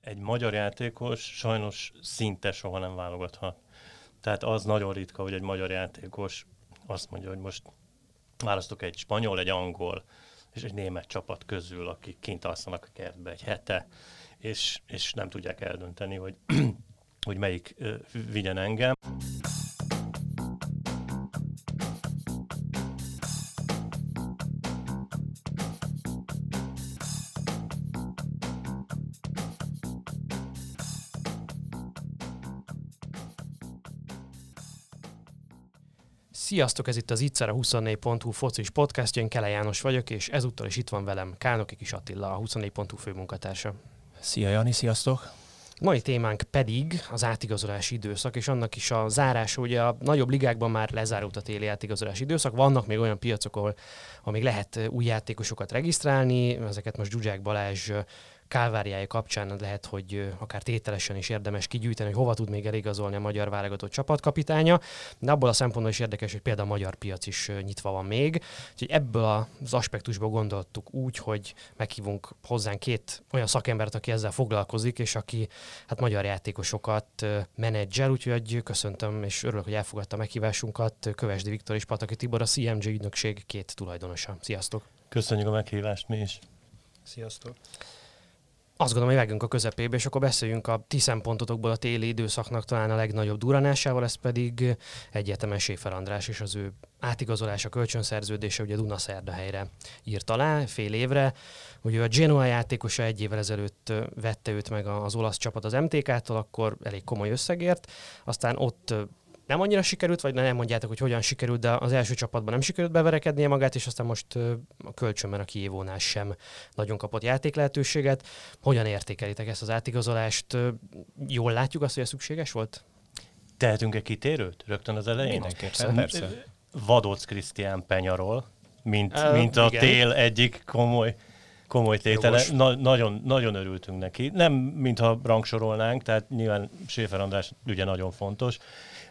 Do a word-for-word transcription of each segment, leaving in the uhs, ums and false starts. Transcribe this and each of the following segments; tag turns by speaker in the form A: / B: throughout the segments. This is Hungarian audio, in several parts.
A: egy magyar játékos sajnos szinte soha nem válogathat. Tehát az nagyon ritka, hogy egy magyar játékos azt mondja, hogy most választok egy spanyol, egy angol és egy német csapat közül, akik kint alszanak a kertbe egy hete, és, és nem tudják eldönteni, hogy, hogy melyik uh, vigyen engem.
B: Sziasztok, ez itt az Ittszer, a huszonnégy pont hu focis podcastja, én Kele János vagyok, és ezúttal is itt van velem Kálnoki Kis Attila, a huszonnégy pont hu főmunkatársa.
C: Szia Jani, sziasztok!
B: Mai témánk pedig az átigazolási időszak, és annak is a zárása. Ugye a nagyobb ligákban már lezárult a téli átigazolási időszak, vannak még olyan piacok, ahol, ahol még lehet új játékosokat regisztrálni, ezeket most Zsuzsák Balázs kálváriája kapcsán lehet, hogy akár tételesen is érdemes kigyűjteni, hogy hova tud még eligazolni a magyar válogatott csapatkapitánya. De abból a szempontból is érdekes, hogy például a magyar piac is nyitva van még. Úgyhogy ebből az aspektusból gondoltuk úgy, hogy meghívunk hozzánk két olyan szakembert, aki ezzel foglalkozik, és aki hát magyar játékosokat menedzsel, úgyhogy köszöntöm, és örülök, hogy elfogadta a meghívásunkat. Kövesdi Viktor és Pataki Tibor, a cé em gé ügynökség két tulajdonosa. Sziasztok!
A: Köszönjük a meghívást mi is!
D: Sziasztok!
B: Azt gondolom, hogy vágjunk a közepébe, és akkor beszéljünk a ti szempontotokból a téli időszaknak talán a legnagyobb durranásával, ez pedig egyetemen Séfer András és az ő átigazolása, kölcsönszerződése, ugye Dunaszerdahelyre írt alá fél évre. Ugye a Genoa játékosa egy évvel ezelőtt vette őt meg az olasz csapat az em té ká-tól, akkor elég komoly összegért, aztán ott nem annyira sikerült, vagy nem mondjátok, hogy hogyan sikerült, de az első csapatban nem sikerült beverekednie magát, és aztán most a kölcsönben a Kijevónál sem nagyon kapott játéklehetőséget. Hogyan értékelitek ezt az átigazolást? Jól látjuk azt, hogy ez szükséges volt?
A: Tehetünk egy kitérőt rögtön az elején?
C: Mindenképpen, persze.
A: Vadóc Krisztián Penyarol, mint,
B: uh,
A: mint a
B: igen.
A: tél egyik komoly, komoly tétele. Na, nagyon, nagyon örültünk neki. Nem, mintha rangsorolnánk, tehát nyilván Séfer András ugye nagyon fontos,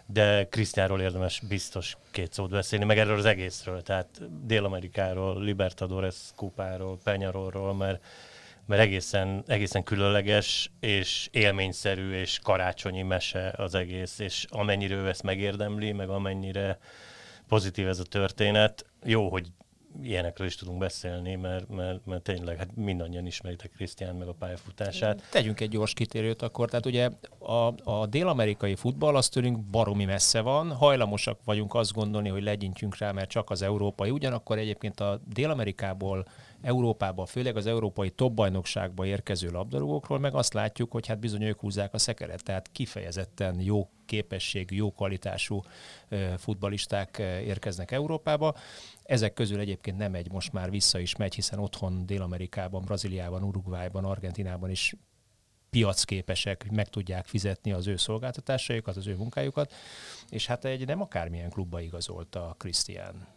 A: de Krisztiánról érdemes biztos két szót beszélni, meg erről az egészről, tehát Dél-Amerikáról, Libertadores kupáról, Penyarolról, mert, mert egészen, egészen különleges, és élményszerű, és karácsonyi mese az egész, és amennyire ő ezt megérdemli, meg amennyire pozitív ez a történet, jó, hogy ilyenekről is tudunk beszélni, mert, mert, mert tényleg hát mindannyian ismeritek Krisztián meg a pályafutását.
C: Tegyünk egy gyors kitérőt akkor, tehát ugye a, a dél-amerikai futball az tőlünk baromi messze van, hajlamosak vagyunk azt gondolni, hogy legyintjünk rá, mert csak az európai, ugyanakkor egyébként a Dél-Amerikából Európába, főleg az európai top-bajnokságba érkező labdarúgókról, meg azt látjuk, hogy hát bizony ők húzzák a szekeret, tehát kifejezetten jó képességű, jó kvalitású futballisták érkeznek Európába. Ezek közül egyébként nem egy, most már vissza is megy, hiszen otthon Dél-Amerikában, Brazíliában, Uruguayban, Argentinában is piacképesek, meg tudják fizetni az ő szolgáltatásaikat, az ő munkájukat, és hát egy nem akármilyen klubba igazolta Krisztián.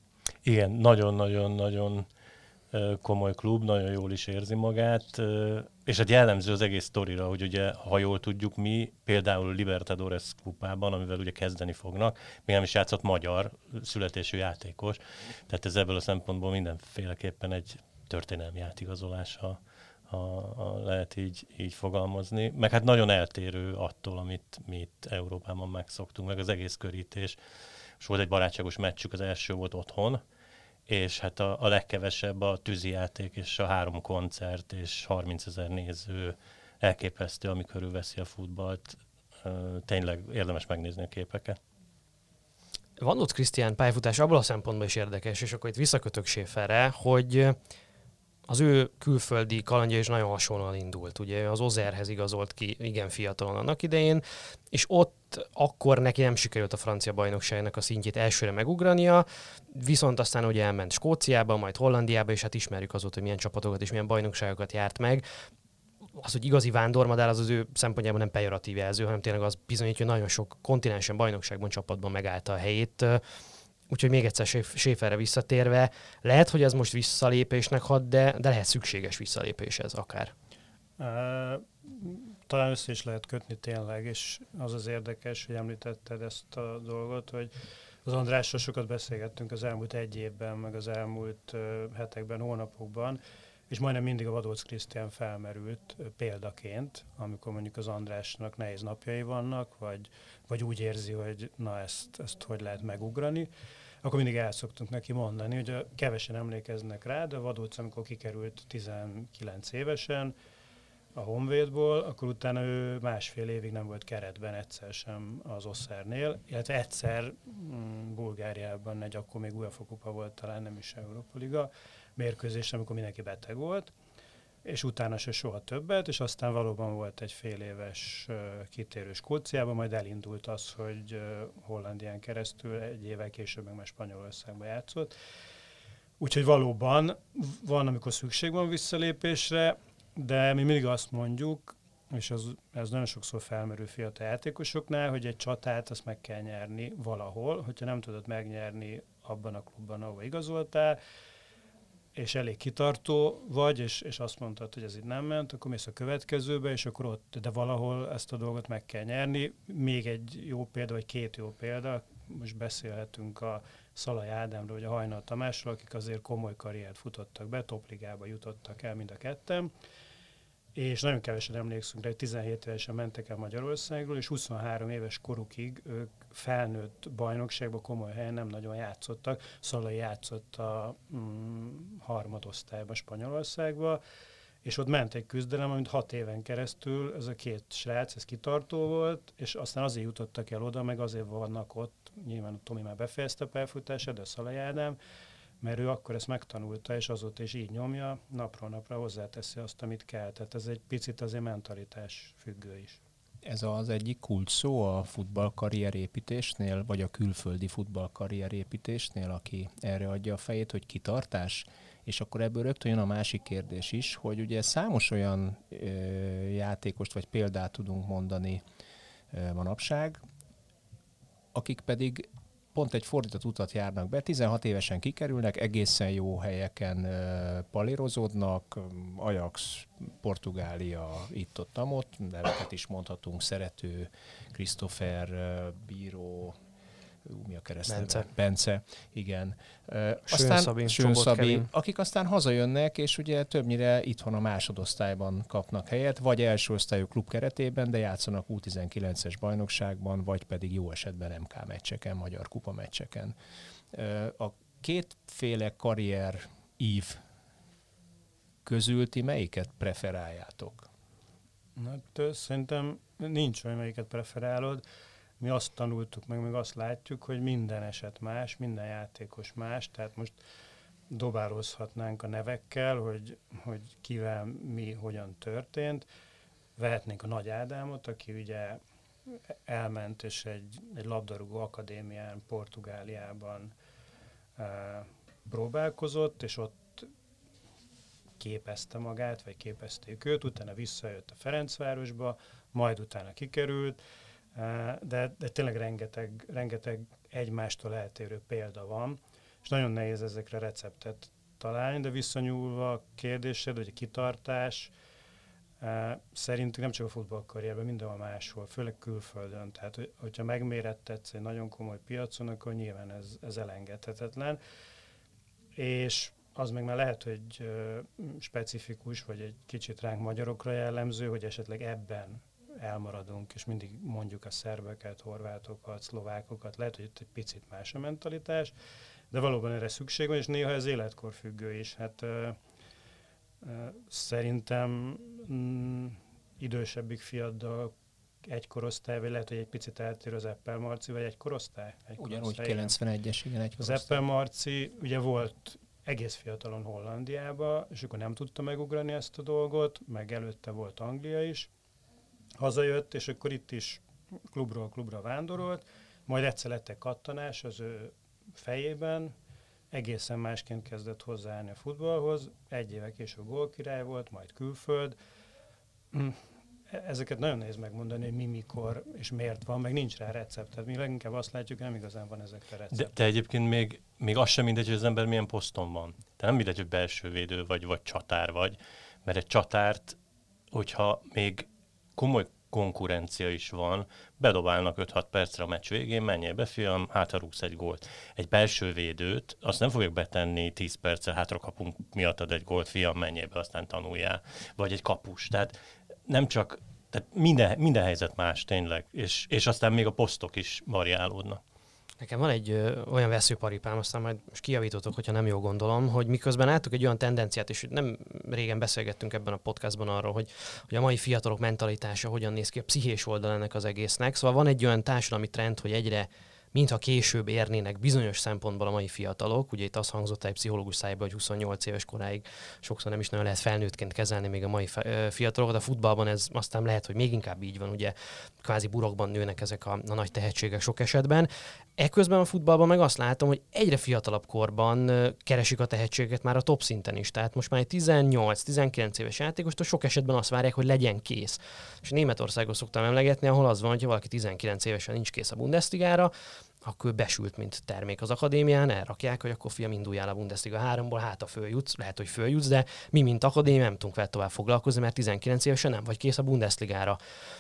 A: Igen, nagyon-nagyon-nagyon komoly klub, nagyon jól is érzi magát, és hát jellemző az egész sztorira, hogy ugye, ha jól tudjuk mi, például Libertadores kupában, amivel ugye kezdeni fognak, még nem is játszott magyar születésű játékos, tehát ez ebből a szempontból mindenféleképpen egy történelmi átigazolása, ha, ha lehet így, így fogalmazni, meg hát nagyon eltérő attól, amit mi itt Európában megszoktunk, meg az egész körítés. És volt egy barátságos meccsük, az első volt otthon, és hát a, a legkevesebb a tűzijáték, és a három koncert, és harmincezer néző elképesztő, ami körülveszi a futballt. Tényleg érdemes megnézni a képeket.
B: Vadóc Krisztián pályafutás abból a szempontból is érdekes, és akkor itt visszakötök Séferre, hogy az ő külföldi kalandja is nagyon hasonlóan indult. Ugye az Ozerhez igazolt ki igen fiatalon annak idején, és ott akkor neki nem sikerült a francia bajnokságnak a szintjét elsőre megugrania, viszont aztán ugye elment Skóciába, majd Hollandiába, és hát ismerjük azóta, hogy milyen csapatokat és milyen bajnokságokat járt meg. Az, hogy igazi vándormadár, az az ő szempontjából nem pejoratív jelző, hanem tényleg az bizonyítja, hogy nagyon sok kontinensen, bajnokságban, csapatban megállta a helyét. Úgyhogy még egyszer Séferre visszatérve, lehet, hogy ez most visszalépésnek hat, de, de lehet szükséges visszalépés ez akár.
D: Uh, talán össze is lehet kötni tényleg, és az az érdekes, hogy említetted ezt a dolgot, hogy az Andrással sokat beszélgettünk az elmúlt egy évben, meg az elmúlt uh, hetekben, hónapokban, és majdnem mindig a Vadóc Krisztián felmerült példaként, amikor mondjuk az Andrásnak nehéz napjai vannak, vagy, vagy úgy érzi, hogy na ezt, ezt hogy lehet megugrani, akkor mindig el szoktunk neki mondani, hogy a, kevesen emlékeznek rá, de a Vadóc, amikor kikerült tizenkilenc évesen a Honvédból, akkor utána ő másfél évig nem volt keretben egyszer sem az Oszárnél, illetve egyszer mm, Bulgáriában egy, akkor még UEFA kupa volt talán, nem is Európa Liga mérkőzés, amikor mindenki beteg volt, és utána se soha többet, és aztán valóban volt egy fél éves uh, kitérő Skóciában, majd elindult az, hogy uh, Hollandián keresztül egy évvel később meg már Spanyolországban játszott. Úgyhogy valóban van, amikor szükség van visszalépésre, de mi mindig azt mondjuk, és az, ez nagyon sokszor felmerül fiatal játékosoknál, hogy egy csatát azt meg kell nyerni valahol, hogyha nem tudod megnyerni abban a klubban, ahol igazoltál, és elég kitartó vagy, és, és azt mondtad, hogy ez itt nem ment, akkor mész a következőbe, és akkor ott, de valahol ezt a dolgot meg kell nyerni. Még egy jó példa, vagy két jó példa, most beszélhetünk a Szalai Ádámról, vagy a Hajnal Tamásról, akik azért komoly karriert futottak be, topligába jutottak el mind a ketten, és nagyon kevesen emlékszünk rá, hogy tizenhét évesen mentek el Magyarországról, és huszonhárom éves korukig ők felnőtt bajnokságban komoly helyen nem nagyon játszottak. Szalai játszott a mm, harmadosztályban Spanyolországban, és ott ment egy küzdelem, amit hat éven keresztül ez a két srác, ez kitartó volt, és aztán azért jutottak el oda, meg azért vannak ott, nyilván a Tomi már befejezte a pályafutását, de a Szalai Ádám, mert ő akkor ezt megtanulta, és azóta is így nyomja, napról napra hozzáteszi azt, amit kell. Tehát ez egy picit azért mentalitás függő is.
C: Ez az egyik kulcs szó a futballkarrierépítésnél, vagy a külföldi futballkarrierépítésnél, aki erre adja a fejét, hogy kitartás? És akkor ebből rögtön jön a másik kérdés is, hogy ugye számos olyan ö, játékost vagy példát tudunk mondani ö, manapság, akik pedig pont egy fordított utat járnak be, tizenhat évesen kikerülnek, egészen jó helyeken uh, palérozódnak, Ajax, Portugália, itt-ott, amott, neveket is mondhatunk, Szerető, Christopher, uh, Bíró, mi a keresztneve?
B: Bence.
C: Bence, igen. Uh,
B: Sőn Szabi,
C: Sőn
B: Csobot
C: Szabi,
B: Kevin.
C: akik aztán hazajönnek, és ugye többnyire itthon a másodosztályban kapnak helyet, vagy első osztályú klub keretében, de játszanak U tizenkilences bajnokságban, vagy pedig jó esetben em ká meccseken, magyar kupa meccseken. Uh, a kétféle karrier ív közül ti melyiket preferáljátok?
D: Hát szerintem nincs olyan, melyiket preferálod. Mi azt tanultuk meg, meg azt látjuk, hogy minden eset más, minden játékos más, tehát most dobálózhatnánk a nevekkel, hogy, hogy kivel mi hogyan történt. Vehetnénk a Nagy Ádámot, aki ugye elment és egy, egy labdarúgó akadémián Portugáliában e, próbálkozott, és ott képezte magát, vagy képezték őt, utána visszajött a Ferencvárosba, majd utána kikerült, De, de tényleg rengeteg, rengeteg egymástól eltérő példa van, és nagyon nehéz ezekre receptet találni, de visszanyúlva a kérdésed, hogy a kitartás, szerintünk nem csak a futballkarrierben, mindenhol máshol, főleg külföldön. Tehát, hogyha megmérettetsz egy nagyon komoly piacon, akkor nyilván ez, ez elengedhetetlen. És az meg már lehet, hogy specifikus, vagy egy kicsit ránk magyarokra jellemző, hogy esetleg ebben elmaradunk, és mindig mondjuk a szerbeket, horvátokat, szlovákokat, lehet, hogy itt egy picit más a mentalitás, de valóban erre szükség van, és néha ez életkor függő is. Hát ö, ö, szerintem mm, idősebbik fiaddal egy korosztály, vagy lehet, hogy egy picit eltér az Eppel Marci, vagy egy korosztály? Egy
C: Ugyanúgy
D: korosztály,
C: kilencvenegyes, igen, egy
D: Az
C: korosztály.
D: Eppel Marci ugye volt egész fiatalon Hollandiába, és akkor nem tudta megugrani ezt a dolgot, meg előtte volt Anglia is, hazajött, és akkor itt is klubról klubra vándorolt, majd egyszer lett egy kattanás az ő fejében, egészen másként kezdett hozzáállni a futballhoz, egy éve később gólkirály volt, majd külföld. Ezeket nagyon nehéz megmondani, hogy mi, mikor és miért van, meg nincs rá recept. Tehát mi leginkább azt látjuk, hogy nem igazán van ezekre recept.
A: De, de egyébként még, még az sem mindegy, hogy az ember milyen poszton van. Tehát nem mindegy, hogy belső védő vagy, vagy csatár vagy, mert egy csatárt, hogyha még komoly konkurencia is van, bedobálnak öt-hat percre a meccs végén, menjél be, fiam, hátra rúgsz egy gólt. Egy belső védőt, azt nem fogják betenni tíz perccel, hátra kapunk miattad egy gólt, fiam, menjél be, aztán tanuljál. Vagy egy kapus. Tehát nem csak, tehát minden, minden helyzet más tényleg, és, és aztán még a posztok is variálódnak.
B: Nekem van egy ö, olyan veszőparipám, aztán majd most kijavítotok, hogyha nem jól gondolom, hogy miközben láttuk egy olyan tendenciát, és nem régen beszélgettünk ebben a podcastban arról, hogy, hogy a mai fiatalok mentalitása hogyan néz ki, a pszichés oldal ennek az egésznek. Szóval van egy olyan társadalmi trend, hogy egyre mintha később érnének bizonyos szempontból a mai fiatalok. Ugye itt az hangzott egy pszichológus szájba, hogy huszonnyolc éves koráig sokszor nem is nagyon lehet felnőttként kezelni még a mai fiatalokat. A futballban ez aztán lehet, hogy még inkább így van, ugye kvázi burokban nőnek ezek a, a nagy tehetségek sok esetben. Ekközben a futballban meg azt látom, hogy egyre fiatalabb korban keresik a tehetséget már a top szinten is. Tehát most már egy tizennyolc-tizenkilenc éves játékostól sok esetben azt várják, hogy legyen kész. És Németországot szoktam emlegetni, ahol az van, hogy ha valaki tizenkilenc évesen nincs kész a Bundesligára, akkor ő besült, mint termék az akadémián, elrakják, hogy akkor fiam, induljál a Bundesliga háromból, hát a följutsz, lehet, hogy följutsz, de mi, mint akadémia nem tudunk vele tovább foglalkozni, mert tizenkilenc évesen nem vagy kész a Bundesligára.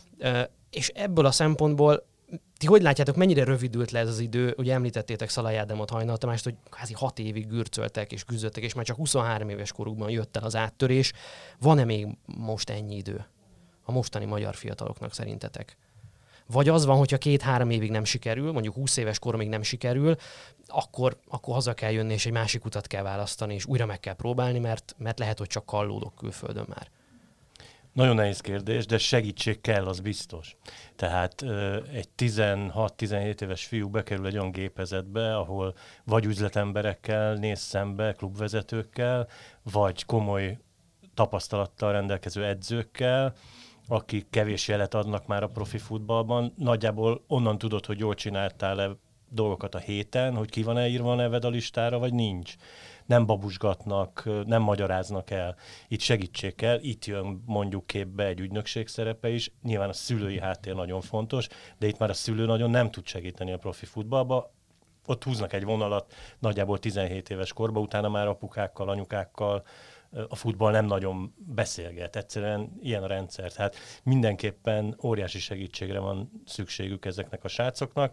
B: És ebből a szempontból ti hogy látjátok, mennyire rövidült le ez az idő? Ugye említettétek Szalai Ádámot, Hajnal Tamást, hogy kvázi hat évig gürcöltek és küzdöttek, és már csak huszonhárom éves korukban jött el az áttörés. Van-e még most ennyi idő a mostani magyar fiataloknak szerintetek? Vagy az van, hogyha két-három évig nem sikerül, mondjuk húsz éves koromig nem sikerül, akkor, akkor haza kell jönni, és egy másik utat kell választani, és újra meg kell próbálni, mert, mert lehet, hogy csak kallódok külföldön már.
A: Nagyon nehéz kérdés, de segítség kell, az biztos. Tehát egy tizenhat-tizenhét éves fiú bekerül egy olyan gépezetbe, ahol vagy üzletemberekkel néz szembe, klubvezetőkkel, vagy komoly tapasztalattal rendelkező edzőkkel, akik kevés jelet adnak már a profi futballban. Nagyjából onnan tudod, hogy jól csináltál-e dolgokat a héten, hogy ki van-e írva a neved a listára, vagy nincs. Nem babusgatnak, nem magyaráznak el. Itt segítség kell, itt jön mondjuk képbe egy ügynökség szerepe is. Nyilván a szülői háttér nagyon fontos, de itt már a szülő nagyon nem tud segíteni a profi futballba. Ott húznak egy vonalat nagyjából tizenhét éves korba, utána már apukákkal, anyukákkal a futball nem nagyon beszélget. Egyszerűen ilyen a rendszer. Tehát mindenképpen óriási segítségre van szükségük ezeknek a srácoknak,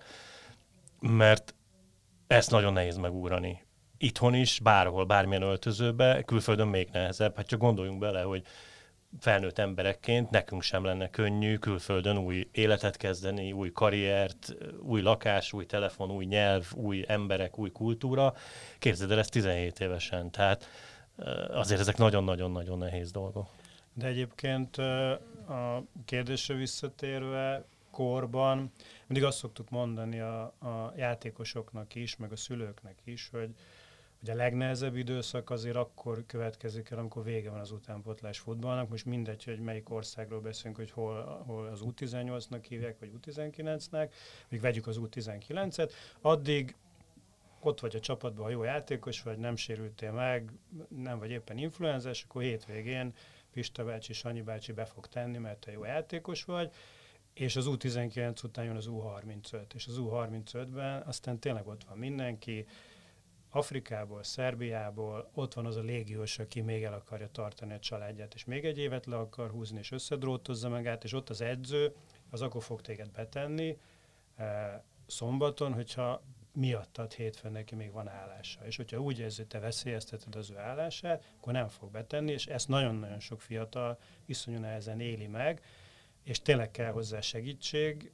A: mert ezt nagyon nehéz megugrani. Itthon is, bárhol, bármilyen öltözőbe, külföldön még nehezebb. Hát csak gondoljunk bele, hogy felnőtt emberekként nekünk sem lenne könnyű külföldön új életet kezdeni, új karriert, új lakás, új telefon, új nyelv, új emberek, új kultúra. Képzeld el ezt tizenhét évesen. Tehát azért ezek nagyon-nagyon-nagyon nehéz dolgok.
D: De egyébként a kérdésre visszatérve, korban mindig azt szoktuk mondani a, a játékosoknak is, meg a szülőknek is, hogy, hogy a legnehezebb időszak azért akkor következik el, amikor vége van az utánpótlás futballnak. Most mindegy, hogy melyik országról beszélünk, hogy hol, hol az U tizennyolcnak hívják, vagy U tizenkilencnek, még vegyük az U tizenkilencet, addig ott vagy a csapatban, ha jó játékos vagy, nem sérültél meg, nem vagy éppen influenzás, akkor hétvégén Pista bácsi, Sanyi bácsi be fog tenni, mert te jó játékos vagy, és az U tizenkilenc után jön az U harmincöt, és az U harmincötben aztán tényleg ott van mindenki, Afrikából, Szerbiából, ott van az a légiós, aki még el akarja tartani a családját, és még egy évet le akar húzni, és összedrótozza magát, és ott az edző, az akkor fog téged betenni e, szombaton, hogyha miattad hétfőn neki még van állása. És hogyha úgy érzi, hogy te veszélyezteted az ő állását, akkor nem fog betenni, és ezt nagyon-nagyon sok fiatal iszonyú nehezen éli meg, és tényleg kell hozzá segítség,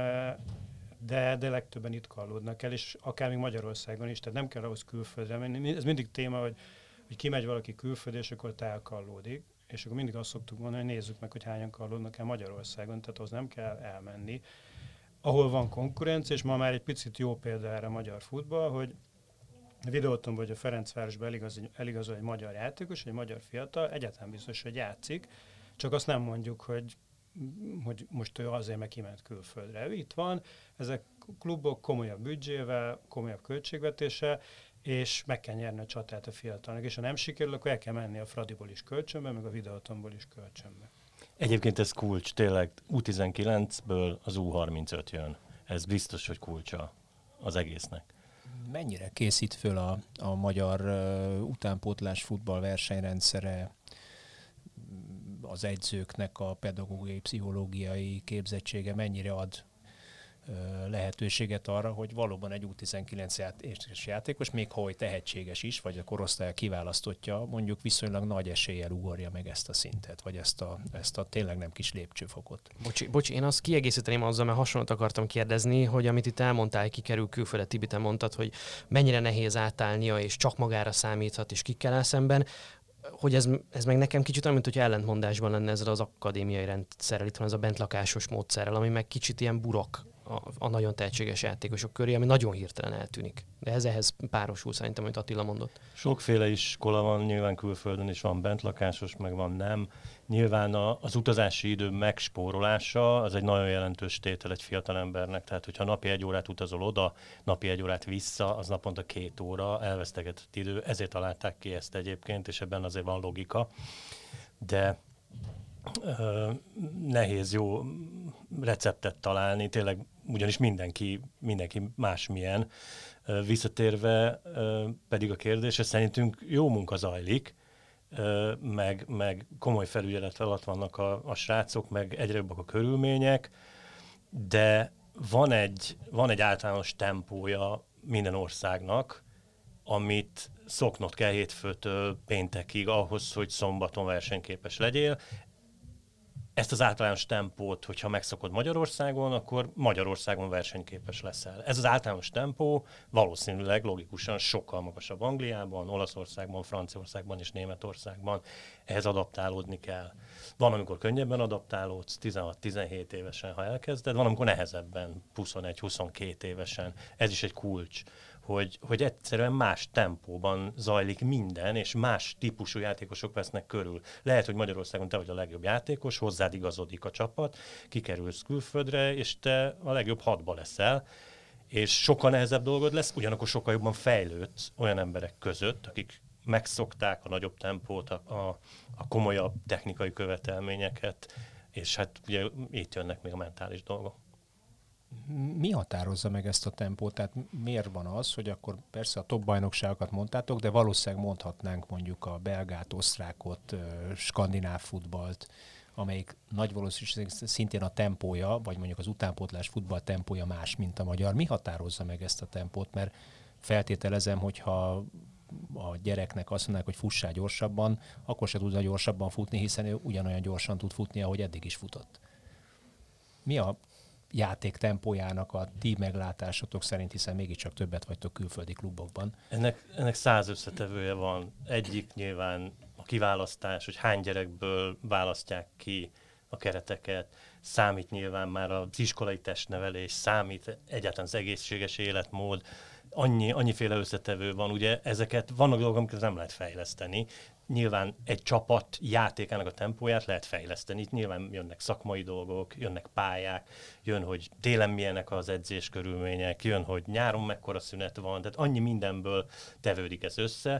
D: de, de legtöbben itt kallódnak el, és akár még Magyarországon is, tehát nem kell ahhoz külföldre menni. Ez mindig téma, hogy, hogy kimegy valaki külföldre, és akkor te elkallódik, és akkor mindig azt szoktuk mondani, hogy nézzük meg, hogy hányan kallódnak el Magyarországon, tehát ahhoz nem kell elmenni. Ahol van konkurencia, és ma már egy picit jó példa erre a magyar futball, hogy a videótomban, hogy a Ferencvárosba eligazol, eligazol egy magyar játékos, egy magyar fiatal, egyáltalán biztos, hogy játszik, csak azt nem mondjuk, hogy hogy most ő azért meg kiment külföldre. Ő itt van, ezek klubok komolyabb büdzsével, komolyabb költségvetéssel, és meg kell nyerni a csatát a fiatalnak, és ha nem sikerül, akkor el kell menni a Fradiból is kölcsönbe, meg a videótomból is kölcsönbe.
A: Egyébként ez kulcs, tényleg U tizenkilencből az U harmincöt jön. Ez biztos, hogy kulcsa az egésznek.
C: Mennyire készít föl a, a magyar uh, utánpótlás futball versenyrendszere az edzőknek a pedagógiai, pszichológiai képzettsége mennyire ad lehetőséget arra, hogy valóban egy U tizenkilenc játékos, még ha hogy tehetséges is, vagy a korosztály kiválasztottja, mondjuk viszonylag nagy eséllyel ugorja meg ezt a szintet, vagy ezt a, ezt a tényleg nem kis lépcsőfokot.
B: Bocsi, bocsi, én azt kiegészíteném azzal, mert hasonlót akartam kérdezni, hogy amit itt elmondtál, kikerül külföldre, Tibi, te mondtad, hogy mennyire nehéz átállnia, és csak magára számíthat, és kikkel áll szemben, hogy ez, ez meg nekem kicsit olyan, mint hogy ellentmondásban lenne ezzel az akadémiai rendszerrel, itt van ez a bentlakásos módszerrel, ami meg kicsit ilyen burok a, a nagyon tehetséges játékosok köré, ami nagyon hirtelen eltűnik. De ez ehhez párosul szerintem, amit Attila mondott.
A: Sokféle iskola van, nyilván külföldön is van bentlakásos, meg van nem. Nyilván a, az utazási idő megspórolása az egy nagyon jelentős tétel egy fiatalembernek. Tehát, hogyha napi egy órát utazol oda, napi egy órát vissza, az naponta két óra elvesztegetett idő. Ezért találták ki ezt egyébként, és ebben azért van logika. De ö, nehéz jó receptet találni, tényleg ugyanis mindenki, mindenki másmilyen. Visszatérve pedig a kérdésre, szerintünk jó munka zajlik, meg, meg komoly felügyelet alatt vannak a, a srácok, meg egyre jobbak a körülmények, de van egy, van egy általános tempója minden országnak, amit szoknod kell hétfőtől péntekig ahhoz, hogy szombaton versenyképes legyél. Ezt az általános tempót, hogyha megszokod Magyarországon, akkor Magyarországon versenyképes leszel. Ez az általános tempó valószínűleg logikusan sokkal magasabb Angliában, Olaszországban, Franciaországban és Németországban. Ehhez adaptálódni kell. Van, amikor könnyebben adaptálódsz, tizenhat-tizenhét évesen, ha elkezded, van, amikor nehezebben, huszonegy-huszonkét évesen. Ez is egy kulcs, hogy, hogy egyszerűen más tempóban zajlik minden, és más típusú játékosok vesznek körül. Lehet, hogy Magyarországon te vagy a legjobb játékos, hozzád igazodik a csapat, kikerülsz külföldre, és te a legjobb hatba leszel, és sokkal nehezebb dolgod lesz, ugyanakkor sokkal jobban fejlődsz olyan emberek között, akik megszokták a nagyobb tempót, a, a, a komolyabb technikai követelményeket, és hát ugye itt jönnek még a mentális dolgok.
C: Mi határozza meg ezt a tempót? Tehát miért van az, hogy akkor persze a top bajnokságokat mondtátok, de valószínűleg mondhatnánk mondjuk a belgát, osztrákot, skandináv futballt, amelyik nagy valószínűség szintén a tempója, vagy mondjuk az utánpótlás futball tempója más, mint a magyar. Mi határozza meg ezt a tempót? Mert feltételezem, hogyha a gyereknek azt mondják, hogy fussál gyorsabban, akkor se tudna gyorsabban futni, hiszen ő ugyanolyan gyorsan tud futni, ahogy eddig is futott. Mi a játék tempójának a ti meglátásotok szerint, hiszen mégiscsak többet vagytok külföldi klubokban?
A: Ennek, ennek száz összetevője van. Egyik nyilván a kiválasztás, hogy hány gyerekből választják ki a kereteket, számít nyilván már az iskolai testnevelés, számít egyáltalán az egészséges életmód, annyi, annyiféle összetevő van, ugye ezeket vannak dolgok, amiket nem lehet fejleszteni. Nyilván egy csapat játékának a tempóját lehet fejleszteni. Itt nyilván jönnek szakmai dolgok, jönnek pályák, jön, hogy télen milyenek az edzés körülmények, jön, hogy nyáron mekkora szünet van, tehát annyi mindenből tevődik ez össze.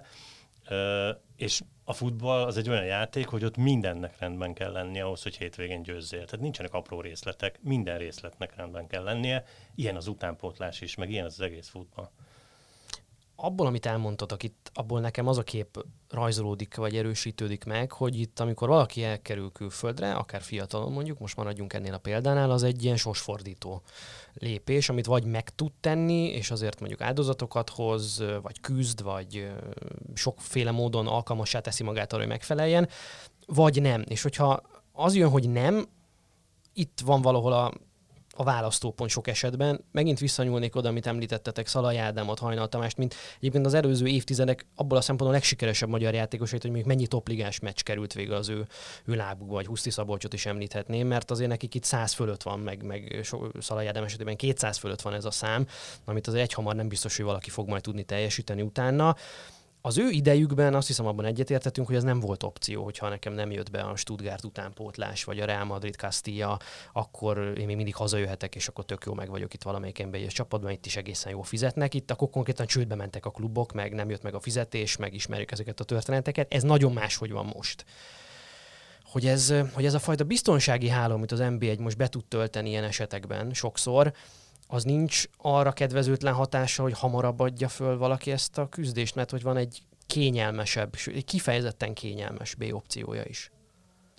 A: És a futball az egy olyan játék, hogy ott mindennek rendben kell lennie ahhoz, hogy hétvégén győzzél. Tehát nincsenek apró részletek, minden részletnek rendben kell lennie. Ilyen az utánpótlás is, meg ilyen az, az egész futball.
B: Abból, amit elmondtatok itt, abból nekem az a kép rajzolódik, vagy erősítődik meg, hogy itt, amikor valaki elkerül külföldre, akár fiatalon mondjuk, most maradjunk ennél a példánál, az egy ilyen sorsfordító lépés, amit vagy meg tud tenni, és azért mondjuk áldozatokat hoz, vagy küzd, vagy sokféle módon alkalmassá teszi magát arra, hogy megfeleljen, vagy nem. És hogyha az jön, hogy nem, itt van valahol a a választópont sok esetben. Megint visszanyúlnék oda, amit említettetek, Szalai Ádámot, Hajnal Tamást, mint egyébként az előző évtizedek abból a szempontból a legsikeresebb magyar játékosait, hogy még mennyi topligás meccs került végül az ő, ő lábukba, vagy Huszti Szabolcsot is említhetném, mert azért nekik itt száz fölött van, meg, meg Szalai Ádám esetében kétszáz fölött van ez a szám, amit azért egyhamar nem biztos, hogy valaki fog majd tudni teljesíteni utána. Az ő idejükben azt hiszem abban egyetértettünk, hogy ez nem volt opció, hogyha nekem nem jött be a Stuttgart utánpótlás, vagy a Real Madrid Castilla, akkor én még mindig hazajöhetek, és akkor tök jó meg vagyok itt valamelyik en bé egyes csapatban, itt is egészen jól fizetnek. Itt akkor konkrétan csődbe mentek a klubok, meg nem jött meg a fizetés, meg ismerjük ezeket a történeteket. Ez nagyon máshogy van most. Hogy ez, hogy ez a fajta biztonsági háló, amit az en bé egy most be tud tölteni ilyen esetekben sokszor, az nincs arra kedvezőtlen hatása, hogy hamarabb adja föl valaki ezt a küzdést, mert hogy van egy kényelmesebb, egy kifejezetten kényelmes B opciója is.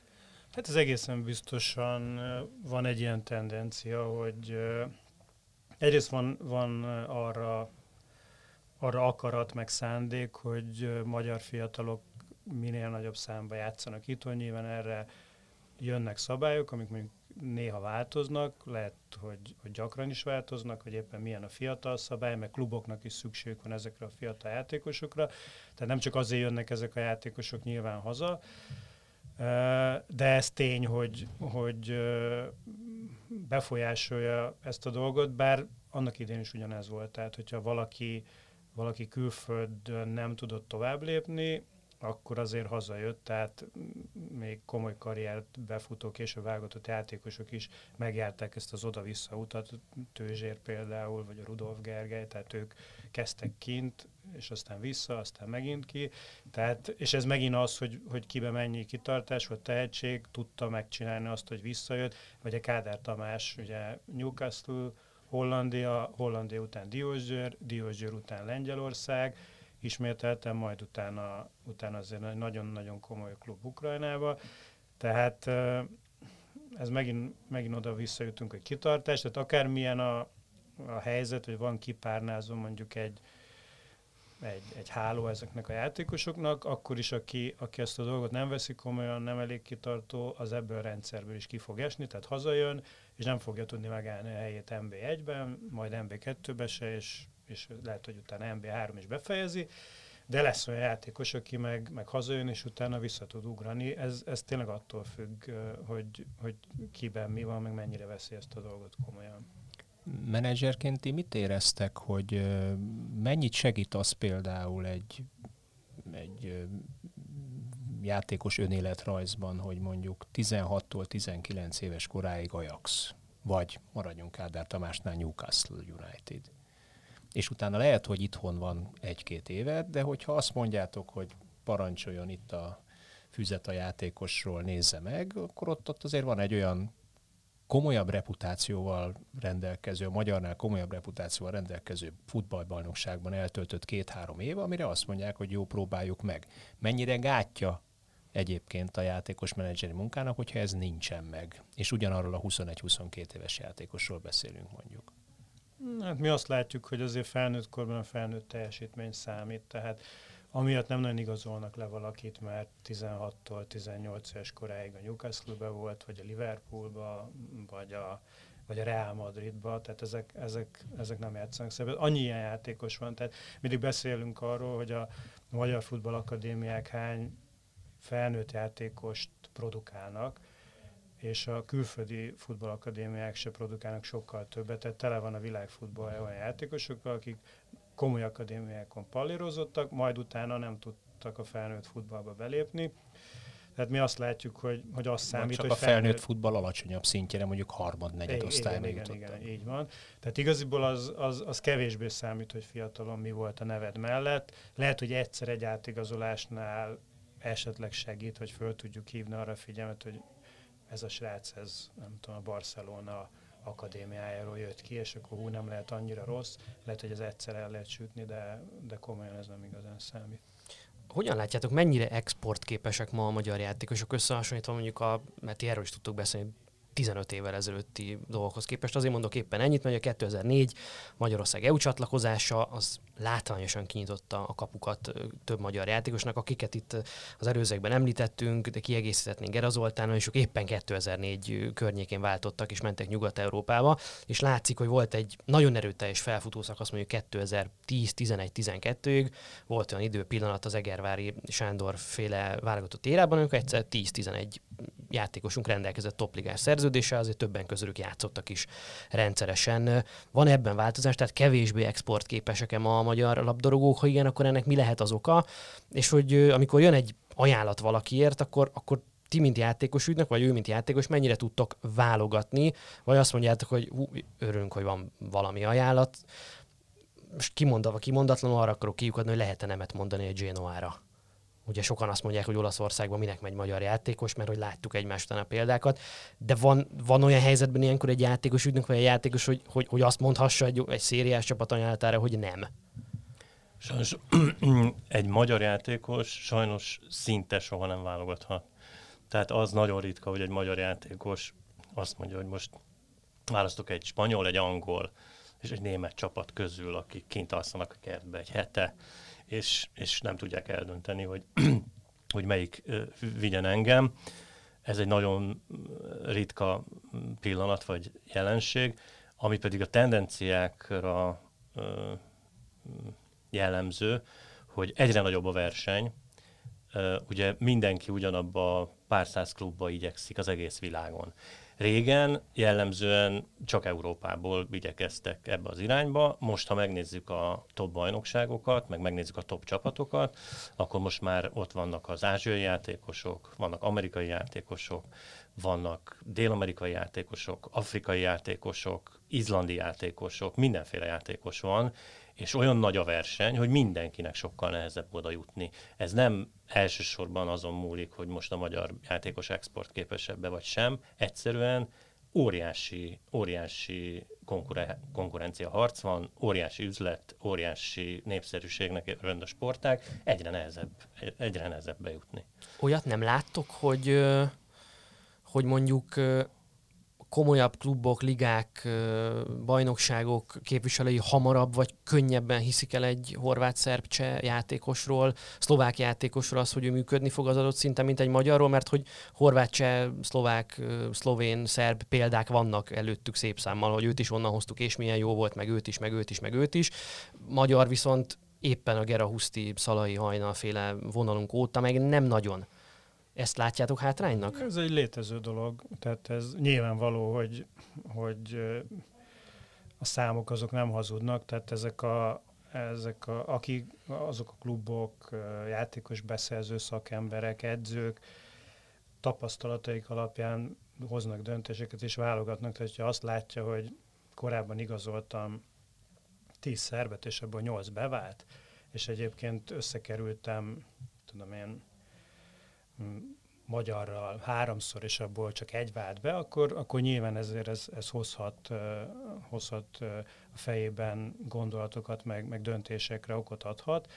D: Hát ez egészen biztosan van egy ilyen tendencia, hogy egyrészt van, van arra, arra akarat meg szándék, hogy magyar fiatalok minél nagyobb számba játszanak itthon. Nyilván erre jönnek szabályok, amik mondjuk néha változnak, lehet, hogy, hogy gyakran is változnak, hogy éppen milyen a fiatal szabály, meg kluboknak is szükség van ezekre a fiatal játékosokra. Tehát nem csak azért jönnek ezek a játékosok nyilván haza, de ez tény, hogy, hogy befolyásolja ezt a dolgot, bár annak idén is ugyanez volt. Tehát, hogyha valaki, valaki külföldön nem tudott tovább lépni, akkor azért hazajött, tehát még komoly karriert befutó, később válogatott játékosok is megjárták ezt az oda-vissza utat, Tőzsér például, vagy a Rudolf Gergely, tehát ők kezdtek kint, és aztán vissza, aztán megint ki. Tehát, és ez megint az, hogy, hogy kibe mennyi kitartás vagy tehetség, tudta megcsinálni azt, hogy visszajött, vagy a Kádár Tamás, ugye Newcastle, Hollandia, Hollandia után Diósgyőr, Diósgyőr után Lengyelország, ismételtem, majd utána, utána azért egy nagyon-nagyon komoly klub Ukrajnába. Tehát ez megint, megint oda visszajutunk, hogy kitartás, tehát akármilyen a, a helyzet, hogy van kipárnázva mondjuk egy, egy, egy háló ezeknek a játékosoknak, akkor is aki, aki ezt a dolgot nem veszi komolyan, nem elég kitartó, az ebből a rendszerből is ki fog esni, tehát hazajön, és nem fogja tudni megállni a helyét en bé egyben, majd en bé kettőbe se, és és lehet, hogy utána en bé három is befejezi, de lesz olyan játékos, aki meg, meg hazajön, és utána vissza tud ugrani. Ez, ez tényleg attól függ, hogy, hogy kiben mi van, meg mennyire veszi ezt a dolgot komolyan.
C: Menedzserként ti mit éreztek, hogy mennyit segít az például egy, egy játékos önéletrajzban, hogy mondjuk tizenhattól tizenkilenc éves koráig Ajax, vagy maradjunk Kádár Tamásnál Newcastle United. És utána lehet, hogy itthon van egy-két évet, de hogyha azt mondjátok, hogy parancsoljon itt a füzet a játékosról, nézze meg, akkor ott, ott azért van egy olyan komolyabb reputációval rendelkező, a magyarnál komolyabb reputációval rendelkező futballbajnokságban eltöltött két-három év, amire azt mondják, hogy jó, próbáljuk meg. Mennyire gátja egyébként a játékos menedzseri munkának, hogyha ez nincsen meg, és ugyanarról a huszonegy-huszonkét éves játékosról beszélünk mondjuk.
D: Hát mi azt látjuk, hogy azért felnőtt korban a felnőtt teljesítmény számít, tehát amiatt nem nagyon igazolnak le valakit, mert tizenhattól tizennyolc éves koráig a Newcastle-be volt, vagy a Liverpoolba, vagy a, vagy a Real Madridba, tehát ezek, ezek, ezek nem játszanak szerepet. Annyi ilyen játékos van, tehát mindig beszélünk arról, hogy a Magyar Futball Akadémiák hány felnőtt játékost produkálnak, és a külföldi futballakadémiák se produkálnak sokkal többet, tehát tele van a világfutball olyan játékosokkal, akik komoly akadémiákon pallérozottak, majd utána nem tudtak a felnőtt futballba belépni. Tehát mi azt látjuk, hogy, hogy az számít,
C: csak
D: hogy
C: a felnőtt felnőtt futball alacsonyabb szintjére, mondjuk harmad, negyed osztályba
D: jutottak. Igen, igen, így van. Tehát igaziból az, az, az kevésbé számít, hogy fiatalon mi volt a neved mellett. Lehet, hogy egyszer egy átigazolásnál esetleg segít, hogy föl tudjuk hívni arra a figyelmet, hogy ez a srác, ez nem tudom, a Barcelona akadémiájáról jött ki, és akkor hú, nem lehet annyira rossz. Lehet, hogy ez egyszer el lehet sütni, de, de komolyan ez nem igazán számít.
B: Hogyan látjátok, mennyire exportképesek ma a magyar játékosok összehasonlítva mondjuk a, mert erről is tudtok beszélni, tizenöt évvel ezelőtti dolgokhoz képest. Azért mondok éppen ennyit, mert a kétezer-négy Magyarország é u csatlakozása az látványosan kinyitotta a kapukat több magyar játékosnak, akiket itt az előzőkben említettünk, de kiegészíthetnénk Gera Zoltánnal, és ők éppen kétezer-négy környékén váltottak és mentek Nyugat-Európába, és látszik, hogy volt egy nagyon erőteljes felfutó szakasz mondjuk kétezer-tíz, tizenegy, tizenkettőig, volt olyan időpillanat az Egervári Sándor féle válogatott érában, amikor egyszer tíz-tizenegy játékosunk rendelkezett topligás szerződéssel, azért többen közülük játszottak is rendszeresen. Van ebben változás, tehát kevésbé exportképesek-e ma a magyar labdarúgók, ha igen, akkor ennek mi lehet az oka? És hogy amikor jön egy ajánlat valakiért, akkor, akkor ti, mint játékos ügynök, vagy ő, mint játékos, mennyire tudtok válogatni, vagy azt mondjátok, hogy hú, örülünk, hogy van valami ajánlat. Most kimondva, kimondatlanul arra akarok kiukadni, hogy lehet-e nemet mondani egy Genoára. Ugye sokan azt mondják, hogy Olaszországban minek megy magyar játékos, mert hogy láttuk egymás után a példákat, de van, van olyan helyzetben ilyenkor egy játékos ügynök, vagy egy játékos, hogy, hogy, hogy azt mondhassa egy, egy szériás csapat ajánlatára, hogy nem.
A: Sajnos egy magyar játékos sajnos szinte soha nem válogathat. Tehát az nagyon ritka, hogy egy magyar játékos azt mondja, hogy most választok egy spanyol, egy angol és egy német csapat közül, akik kint alszanak a kertbe egy hete, és, és nem tudják eldönteni, hogy, hogy melyik uh, vigyen engem. Ez egy nagyon ritka pillanat vagy jelenség, ami pedig a tendenciákra uh, jellemző, hogy egyre nagyobb a verseny. Uh, ugye mindenki ugyanabba a pár száz klubba igyekszik az egész világon. Régen jellemzően csak Európából igyekeztek ebbe az irányba. Most, ha megnézzük a top bajnokságokat, meg megnézzük a top csapatokat, akkor most már ott vannak az ázsiai játékosok, vannak amerikai játékosok, vannak dél-amerikai játékosok, afrikai játékosok, izlandi játékosok, mindenféle játékos van, és olyan nagy a verseny, hogy mindenkinek sokkal nehezebb oda jutni. Ez nem elsősorban azon múlik, hogy most a magyar játékos exportképesebbe vagy sem, egyszerűen óriási, óriási konkuren- konkurencia harc van, óriási üzlet, óriási népszerűségnek örvend a sportág, egyre nehezebb, egyre nehezebb bejutni.
B: Olyat nem láttok, hogy, hogy mondjuk komolyabb klubok, ligák, bajnokságok képviselői hamarabb vagy könnyebben hiszik el egy horvát-szerb cseh játékosról, szlovák játékosról az, hogy ő működni fog az adott szinten, mint egy magyarról, mert hogy horvát, cseh, szlovák, szlovén, szerb példák vannak előttük szép számmal, hogy őt is onnan hoztuk, és milyen jó volt, meg őt is, meg őt is, meg őt is. Magyar viszont éppen a Gera Huszti, Szalai Hajnal féle vonalunk óta meg nem nagyon. Ezt látjátok hátránynak?
D: Ez egy létező dolog, tehát ez nyilvánvaló, hogy, hogy a számok azok nem hazudnak, tehát ezek a, ezek a akik, azok a klubok, játékos beszerző szakemberek, edzők tapasztalataik alapján hoznak döntéseket és válogatnak, tehát ha azt látja, hogy korábban igazoltam tíz szerbet, és ebből nyolc bevált, és egyébként összekerültem, tudom én, magyarral háromszor, és abból csak egy vált be, akkor, akkor nyilván ezért ez, ez hozhat, uh, hozhat uh, a fejében gondolatokat, meg, meg döntésekre okot adhat.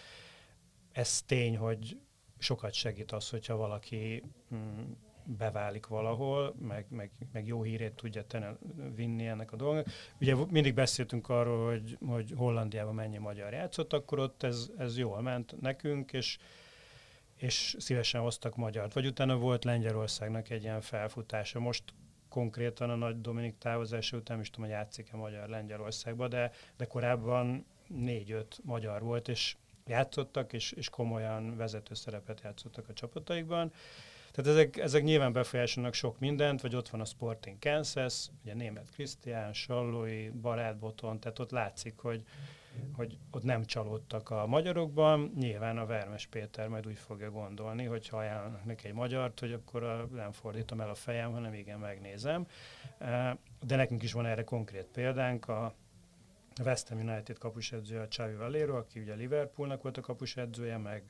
D: Ez tény, hogy sokat segít az, hogyha valaki mm, beválik valahol, meg, meg, meg jó hírét tudja tene, vinni ennek a dolgnak. Ugye mindig beszéltünk arról, hogy, hogy Hollandiában mennyi magyar játszott, akkor ott ez, ez jól ment nekünk, és és szívesen hoztak magyart. Vagy utána volt Lengyelországnak egy ilyen felfutása. Most konkrétan a Nagy Dominik távozása után, nem is tudom, hogy játszik-e magyar Lengyelországba, de, de korábban négy-öt magyar volt, és játszottak, és, és komolyan vezető szerepet játszottak a csapataikban. Tehát ezek, ezek nyilván befolyásolnak sok mindent, vagy ott van a Sporting Kansas, ugye Németh Krisztián, Sallói, Barát Boton, tehát ott látszik, hogy hogy ott nem csalódtak a magyarokban. Nyilván a Vermes Péter majd úgy fogja gondolni, hogy ha ajánlanak neki egy magyart, hogy akkor a, nem fordítom el a fejem, hanem igen, megnézem. De nekünk is van erre konkrét példánk. A West Ham United kapusedzője a Xavi Valero, aki ugye Liverpoolnak volt a kapusedzője, meg,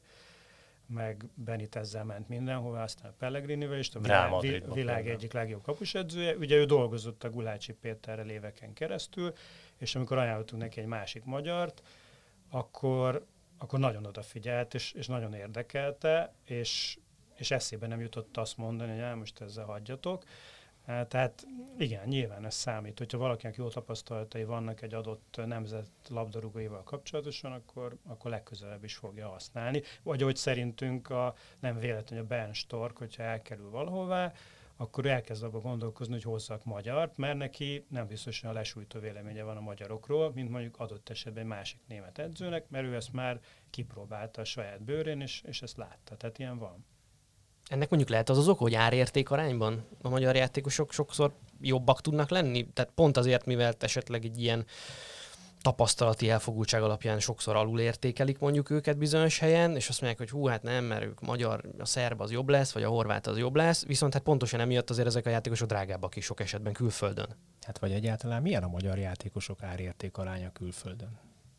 D: meg Benitezzel ment mindenhova, aztán Pellegrinivel is, a világ, vi, világ egyik legjobb kapusedzője. Ugye ő dolgozott a Gulácsi Péterrel éveken keresztül, és amikor ajánlottunk neki egy másik magyart, akkor, akkor nagyon odafigyelt, és, és nagyon érdekelte, és, és eszébe nem jutott azt mondani, hogy el, most ezzel hagyjatok. Tehát igen, nyilván ez számít. Hogyha valakinek jó tapasztalatai vannak egy adott nemzet labdarúgóival kapcsolatosan, akkor, akkor legközelebb is fogja használni. Vagy hogy szerintünk a, nem véletlenül a Bernd Stork, hogyha elkerül valahová, akkor elkezd abba gondolkozni, hogy hozzak magyart, mert neki nem biztosan a lesújtó véleménye van a magyarokról, mint mondjuk adott esetben egy másik német edzőnek, mert ő ezt már kipróbálta a saját bőrén, és, és ezt látta. Tehát ilyen van.
B: Ennek mondjuk lehet az az oka, hogy árérték arányban a magyar játékosok sokszor jobbak tudnak lenni? Tehát pont azért, mivel esetleg egy ilyen tapasztalati elfogultság alapján sokszor alulértékelik mondjuk őket bizonyos helyen, és azt mondják, hogy hú, hát nem, mert ők magyar, a szerb az jobb lesz, vagy a horvát az jobb lesz, viszont hát pontosan emiatt azért ezek a játékosok drágábbak is sok esetben külföldön.
C: Hát vagy egyáltalán milyen a magyar játékosok árérték aránya külföldön?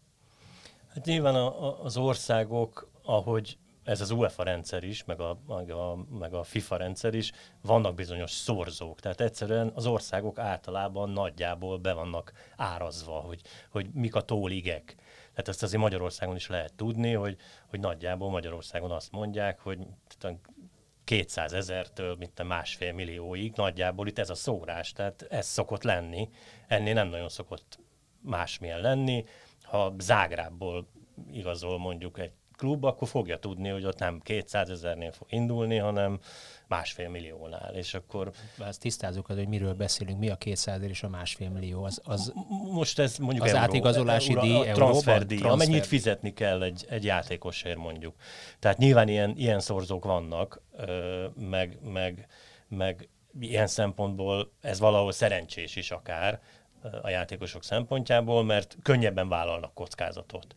A: Hát nyilván a, a, az országok, ahogy ez az UEFA rendszer is, meg a, meg, a, meg a FIFA rendszer is, vannak bizonyos szorzók. Tehát egyszerűen az országok általában nagyjából be vannak árazva, hogy, hogy mik a tóligek. Tehát ezt azért Magyarországon is lehet tudni, hogy, hogy nagyjából Magyarországon azt mondják, hogy kétszázezertől, mint a másfél millióig, nagyjából itt ez a szórás, tehát ez szokott lenni, ennél nem nagyon szokott másmilyen lenni. Ha Zágrábból igazol mondjuk egy klub, akkor fogja tudni, hogy ott nem kétszázezernél fog indulni, hanem másfél milliónál, és akkor...
C: Ezt tisztázzuk, hogy miről beszélünk, mi a kétszázezer és a másfél millió, az... az...
A: Most ez mondjuk
C: az
A: euró,
C: átigazolási
A: euró,
C: díj,
A: a transferdíj,
C: transfer.
A: amennyit fizetni kell egy, egy játékosért mondjuk. Tehát nyilván ilyen, ilyen szorzók vannak, meg, meg, meg ilyen szempontból ez valahol szerencsés is akár a játékosok szempontjából, mert könnyebben vállalnak kockázatot.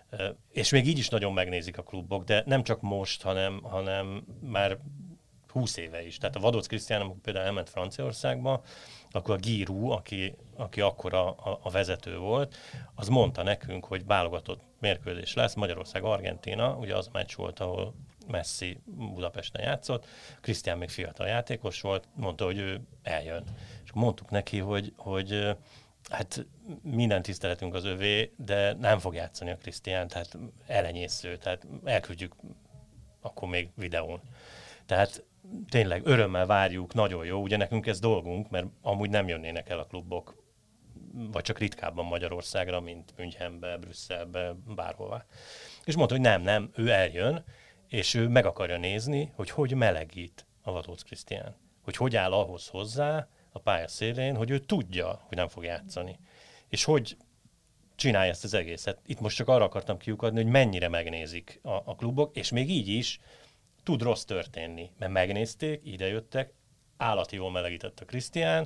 A: És még így is nagyon megnézik a klubok, de nem csak most, hanem, hanem már húsz éve is. Tehát a Vadóc Krisztián, amikor például elment Franciaországba, akkor a Giroud, aki, aki akkor a, a, a vezető volt, az mondta nekünk, hogy válogatott mérkőzés lesz, Magyarország-Argentína, ugye az meccs volt, ahol Messi Budapesten játszott, Krisztián még fiatal játékos volt, mondta, hogy ő eljön. És mondtuk neki, hogy, hogy hát minden tiszteletünk az övé, de nem fog játszani a Krisztián, tehát elenyésző, tehát elküldjük akkor még videón. Tehát tényleg örömmel várjuk, nagyon jó, ugye nekünk ez dolgunk, mert amúgy nem jönnének el a klubok, vagy csak ritkábban Magyarországra, mint Münchenbe, Brüsszelbe, bárhová. És mondta, hogy nem, nem, ő eljön, és ő meg akarja nézni, hogy hogy melegít a Vadóc Krisztián. Hogy hogy áll ahhoz hozzá a pálya szélén, hogy ő tudja, hogy nem fog játszani. És hogy csinálja ezt az egészet. Itt most csak arra akartam kiukadni, hogy mennyire megnézik a, a klubok, és még így is tud rossz történni, mert megnézték, idejöttek, állati jól melegített a Krisztián,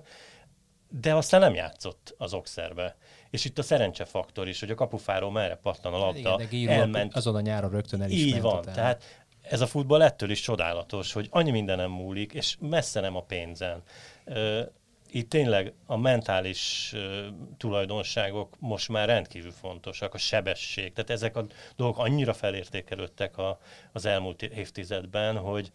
A: de aztán nem játszott az Auxerbe. És itt a szerencsefaktor is, hogy a kapufáról merre pattan a labda,
C: igen,
A: elment.
C: Azon a nyáron rögtön el is
A: Így
C: ment
A: van,
C: utána.
A: tehát ez a futball ettől is csodálatos, hogy annyi mindenem múlik, és messze nem a pénzen. Itt tényleg a mentális uh, tulajdonságok most már rendkívül fontosak, a sebesség. Tehát ezek a dolgok annyira felértékelődtek a, az elmúlt évtizedben, hogy,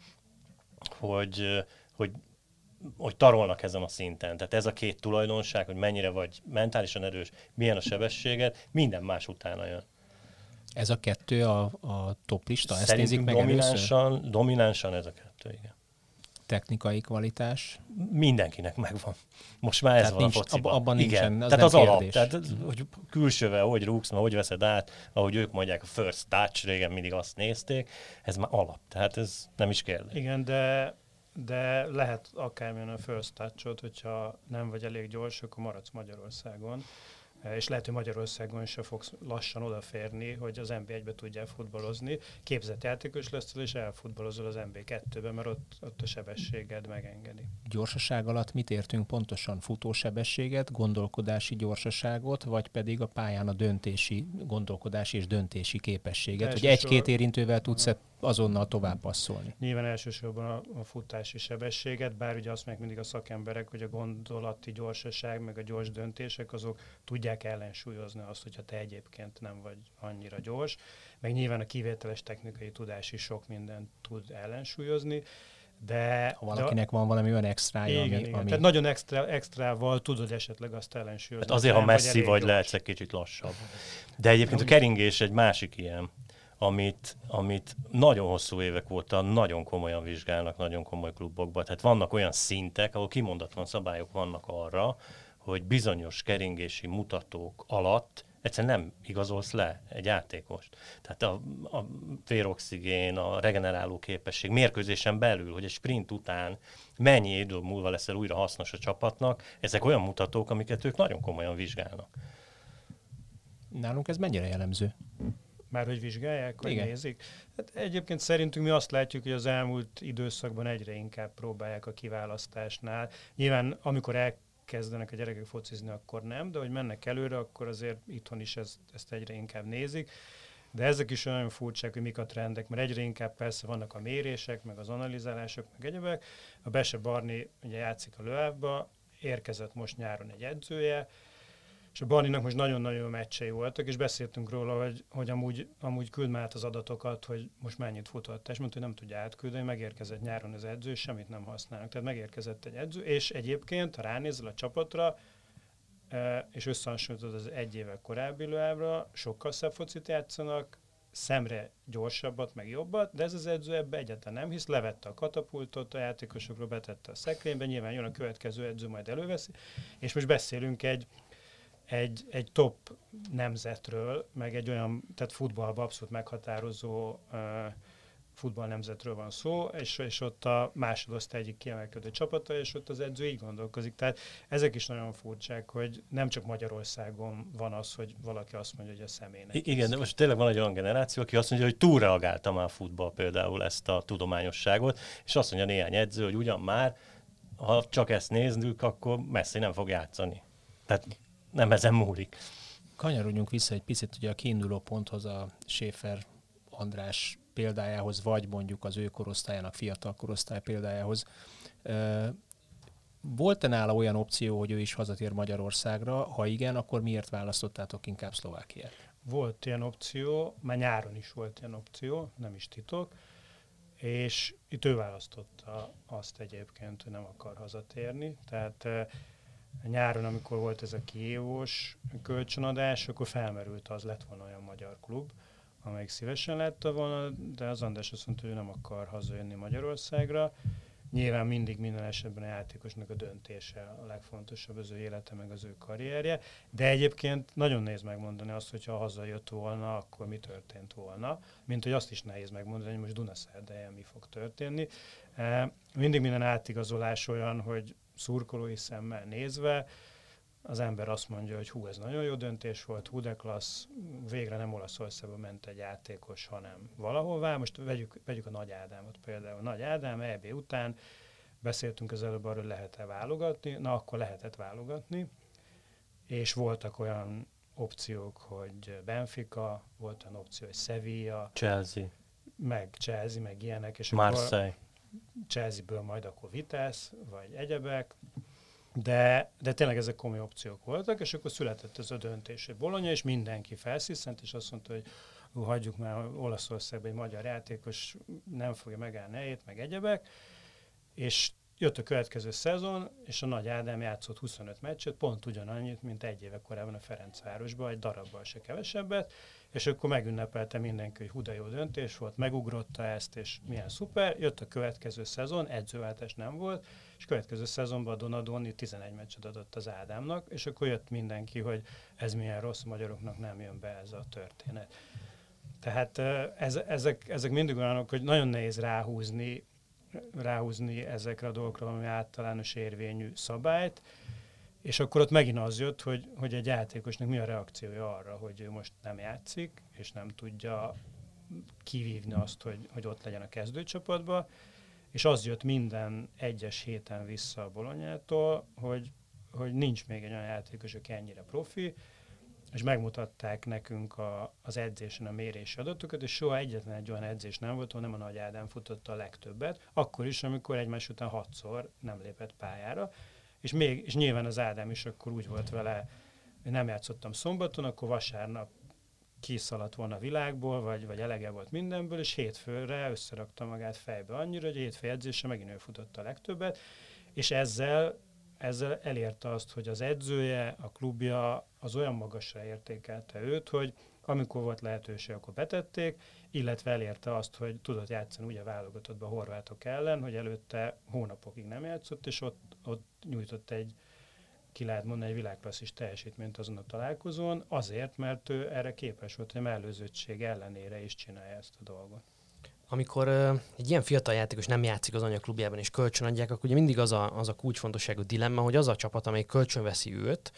A: hogy, uh, hogy, hogy tarolnak ezen a szinten. Tehát ez a két tulajdonság, hogy mennyire vagy mentálisan erős, milyen a sebességed, minden más utána jön.
C: Ez a kettő a, a top lista? Ezt
A: Szerintünk
C: nézik meg
A: dominánsan,
C: először?
A: dominánsan ez a kettő, igen.
C: Technikai kvalitás?
A: Mindenkinek megvan. Most már ez
C: tehát
A: van
C: nincs,
A: a fociban.
C: Abban nincsen,
A: igen.
C: az
A: Tehát
C: nem
A: az
C: kérdés.
A: alap. Tehát, hogy külsővel, hogy rúgsz, hogy veszed át, ahogy ők mondják, a first touch, régen mindig azt nézték, ez már alap. Tehát ez nem is kérdés.
D: Igen, de, de lehet akármilyen a first touch-od, hogyha nem vagy elég gyors, akkor maradsz Magyarországon. És lehet, hogy Magyarországon se fogsz lassan odaférni, hogy az en bé egybe tudjál futballozni. Képzett játékos leszel, és elfutballozol az en bé kettőbe, mert ott, ott a sebességed megengedi.
C: Gyorsaság alatt mit értünk pontosan? Futósebességet, gondolkodási gyorsaságot, vagy pedig a pályán a döntési, gondolkodási és döntési képességet? Hogy egy-két érintővel tudsz azonnal tovább passzolni?
D: Nyilván elsősorban a, a futási sebességet, bár ugye azt meg mindig a szakemberek, hogy a gondolati gyorsaság, meg a gyors döntések, azok tudják ellensúlyozni azt, hogyha te egyébként nem vagy annyira gyors. Meg nyilván a kivételes technikai tudás is sok mindent tud ellensúlyozni, de...
C: Ha valakinek de, van valami olyan extrája,
D: igen,
C: ami,
D: igen.
C: ami...
D: Tehát nagyon extra, extrával tudod esetleg azt ellensúlyozni.
A: Hát azért, ha messzi vagy,
D: vagy
A: lehetsz egy kicsit lassabb. De egyébként a keringés egy másik ilyen, amit, amit nagyon hosszú évek óta nagyon komolyan vizsgálnak, nagyon komoly klubokban. Tehát vannak olyan szintek, ahol kimondatlan szabályok vannak arra, hogy bizonyos keringési mutatók alatt egyszerűen nem igazolsz le egy játékost. Tehát a, a véroxigén, a regeneráló képesség, mérkőzésen belül, hogy egy sprint után mennyi idő múlva leszel újra hasznos a csapatnak, ezek olyan mutatók, amiket ők nagyon komolyan vizsgálnak.
C: Nálunk ez mennyire jellemző?
D: Már hogy vizsgálják, vagy
C: igen.
D: nézik? Hát egyébként szerintünk mi azt látjuk, hogy az elmúlt időszakban egyre inkább próbálják a kiválasztásnál. Nyilván amikor elkezdenek a gyerekek focizni, akkor nem, de hogy mennek előre, akkor azért itthon is ezt, ezt egyre inkább nézik. De ezek is olyan furcsák, hogy mik a trendek, mert egyre inkább persze vannak a mérések, meg az analizálások, meg egyebek. A Bese Barni ugye játszik a Le Havre-ba, érkezett most nyáron egy edzője, és a Barninak most nagyon-nagyon meccsei voltak, és beszéltünk róla, hogy, hogy amúgy, amúgy küld már át az adatokat, hogy most mennyit futott, és mondta, hogy nem tudja átküldeni, megérkezett nyáron az edző, és semmit nem használnak. Tehát megérkezett egy edző, és egyébként, ha ránézel a csapatra, és összehasonlítod az egy évvel korábbi Le Havre-ra, sokkal szebb focit játszanak, szemre gyorsabbat, meg jobbat, de ez az edző ebbe egyáltalán nem hisz, levette a katapultot, a játékosokról betette a szekrénybe, nyilván jön a következő edző, majd előveszi, és most beszélünk egy, egy, egy top nemzetről, meg egy olyan, tehát futballban abszolút meghatározó uh, futballnemzetről van szó, és, és ott a másodosztály egyik kiemelkedő csapata, és ott az edző így gondolkozik. Tehát ezek is nagyon furcsák, hogy nem csak Magyarországon van az, hogy valaki azt mondja, hogy a személynek.
A: I- igen, de most tényleg van egy olyan generáció, aki azt mondja, hogy túlreagálta már a futball például ezt a tudományosságot, és azt mondja néhány edző, hogy ugyan már, ha csak ezt nézzük, akkor Messi nem fog játszani. Tehát nem ezen múlik.
C: Kanyarodjunk vissza egy picit ugye a kiinduló ponthoz, a Schäfer András példájához, vagy mondjuk az ő korosztályának, fiatal korosztály példájához. Volt-e nála olyan opció, hogy ő is hazatér Magyarországra? Ha igen, akkor miért választottátok inkább Szlovákiát?
D: Volt ilyen opció, már nyáron is volt ilyen opció, nem is titok, és itt ő választotta azt egyébként, hogy nem akar hazatérni. Tehát nyáron, amikor volt ez a kiívós kölcsönadás, akkor felmerült az, lett volna olyan magyar klub, amelyik szívesen látta volna, de az András azt mondta, hogy ő nem akar hazajönni Magyarországra. Nyilván mindig minden esetben a játékosnak a döntése a legfontosabb, az ő élete, meg az ő karrierje, de egyébként nagyon nehéz megmondani azt, hogyha hazajött volna, akkor mi történt volna, mint hogy azt is nehéz megmondani, hogy most Dunaszerdahelyen mi fog történni. Mindig minden átigazolás olyan, hogy szurkolói szemmel nézve, az ember azt mondja, hogy hú, ez nagyon jó döntés volt, hú, de klassz, végre nem Olaszországba ment egy játékos, hanem valahová. Most vegyük, vegyük a Nagy Ádámot például. Nagy Ádám é bé után beszéltünk az előbb arról, hogy lehet-e válogatni, na akkor lehetett válogatni, és voltak olyan opciók, hogy Benfica, volt olyan opció, hogy Sevilla,
A: Chelsea,
D: meg Chelsea, meg ilyenek, és
A: Marseille.
D: akkor Chelsea-ből majd akkor Vitesse, vagy egyebek, De, de tényleg ezek komoly opciók voltak, és akkor született ez a döntés, hogy Bologna, és mindenki felsziszent, és azt mondta, hogy hú, hagyjuk már Olaszországban egy magyar játékos, nem fogja megállni helyét, meg egyebek. És jött a következő szezon, és a Nagy Ádám játszott huszonöt meccset, pont ugyanannyit, mint egy éve korábban a Ferencvárosban, egy darabbal se kevesebbet, és akkor megünnepelte mindenki, hogy hú, de jó döntés volt, megugrotta ezt, és milyen szuper. Jött a következő szezon, edzőváltás nem volt, és következő szezonban a Donadoni tizenegy meccset adott az Ádámnak, és akkor jött mindenki, hogy ez milyen rossz, magyaroknak nem jön be ez a történet. Tehát ez, ezek, ezek mindig olyanok, hogy nagyon nehéz ráhúzni, ráhúzni ezekre a dolgokra, ami általános érvényű szabályt, és akkor ott megint az jött, hogy, hogy egy játékosnak mi a reakciója arra, hogy ő most nem játszik, és nem tudja kivívni azt, hogy, hogy ott legyen a kezdőcsapatban, és az jött minden egyes héten vissza a Bolonyától, hogy, hogy nincs még egy olyan játékos, aki ennyire profi, és megmutatták nekünk a, az edzésen a mérési adatokat, és soha egyetlen egy olyan edzés nem volt, ahol nem a Nagy Ádám futotta a legtöbbet, akkor is, amikor egymás után hatszor nem lépett pályára, és, még, és nyilván az Ádám is akkor úgy volt vele, hogy nem játszottam szombaton, akkor vasárnap kiszaladt volna a világból, vagy, vagy elege volt mindenből, és hétfőre összerakta magát fejbe annyira, hogy hétfő edzésre megint ő futotta a legtöbbet, és ezzel, ezzel elérte azt, hogy az edzője, a klubja az olyan magasra értékelte őt, hogy amikor volt lehetőség, akkor betették, illetve elérte azt, hogy tudott játszani úgy a válogatottba a horvátok ellen, hogy előtte hónapokig nem játszott, és ott, ott nyújtott egy, ki lehet mondani, egy világklasszis teljesítményt azon a találkozón, azért, mert ő erre képes volt, hogy a mellőzöttség ellenére is csinálja ezt a dolgot.
B: Amikor uh, egy ilyen fiatal játékos nem játszik az anyaklubjában és kölcsönadják, akkor ugye mindig az a, az a kulcsfontosságú dilemma, hogy az a csapat, amelyik kölcsönveszi őt,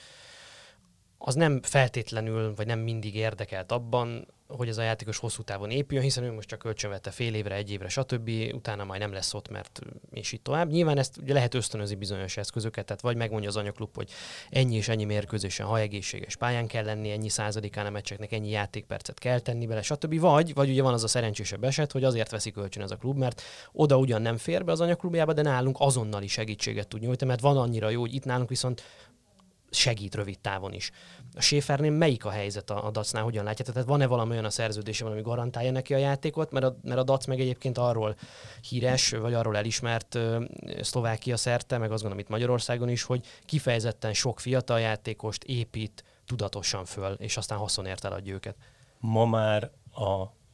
B: az nem feltétlenül, vagy nem mindig érdekelt abban, hogy ez a játékos hosszú távon épüljön, hiszen ő most csak kölcsönvette fél évre, egy évre, stb. Utána majd nem lesz ott, mert és így tovább. Nyilván ezt ugye lehet ösztönözni bizonyos eszközöket, tehát vagy megmondja az anyaklub, hogy ennyi és ennyi mérkőzésen, ha egészséges pályán kell lenni, ennyi százalékán a meccseknek, ennyi játékpercet kell tenni bele, stb. Vagy, vagy ugye van az a szerencsésebb eset, hogy azért veszi kölcsön ez a klub, mert oda ugyan nem fér be az anyaklubjába, de nálunk azonnali segítséget tud nyújtani, mert van annyira jó, hogy itt nálunk viszont segít rövid távon is. A Schäfernél melyik a helyzet a, a dacnál, hogyan látja? Tehát van-e valami olyan a szerződésében, ami garantálja neki a játékot? Mert a, mert a dac meg egyébként arról híres, vagy arról elismert uh, Szlovákia szerte, meg azt gondolom itt Magyarországon is, hogy kifejezetten sok fiatal játékost épít tudatosan föl, és aztán haszonért eladja őket.
A: Ma már a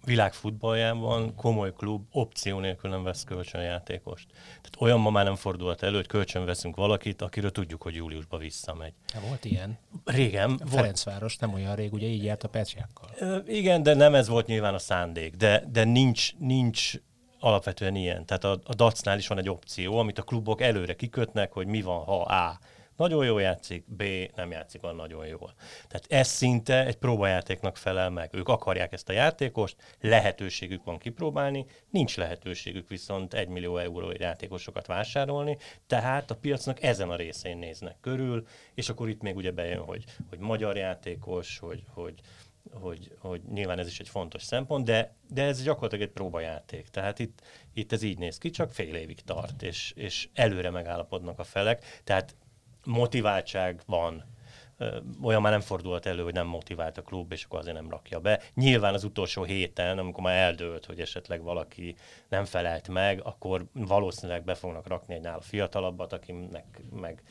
A: világ futballjában komoly klub opció nélkül nem vesz kölcsönjátékost. Tehát olyan ma már nem fordulhat elő, hogy kölcsön veszünk valakit, akiről tudjuk, hogy júliusban visszamegy.
C: Volt ilyen.
A: Régen.
C: A Ferencváros nem olyan rég, ugye így járt a Pecsjákkal.
A: Igen, de nem ez volt nyilván a szándék. De, de nincs, nincs alapvetően ilyen. Tehát a, a dacnál is van egy opció, amit a klubok előre kikötnek, hogy mi van, ha A nagyon jól játszik, B nem játszik olyan nagyon jól. Tehát ez szinte egy próbajátéknak felel meg. Ők akarják ezt a játékost, lehetőségük van kipróbálni, nincs lehetőségük viszont egy millió euróért játékosokat vásárolni, tehát a piacnak ezen a részén néznek körül, és akkor itt még ugye bejön, hogy, hogy magyar játékos, hogy, hogy, hogy, hogy nyilván ez is egy fontos szempont, de, de ez gyakorlatilag egy próbajáték. Tehát itt, itt ez így néz ki, csak fél évig tart, és, és előre megállapodnak a felek, tehát motiváltság van. Olyan már nem fordulhat elő, hogy nem motivált a klub, és akkor azért nem rakja be. Nyilván az utolsó héten, amikor már eldőlt, hogy esetleg valaki nem felelt meg, akkor valószínűleg be fognak rakni egy nála fiatalabbat, akinek meg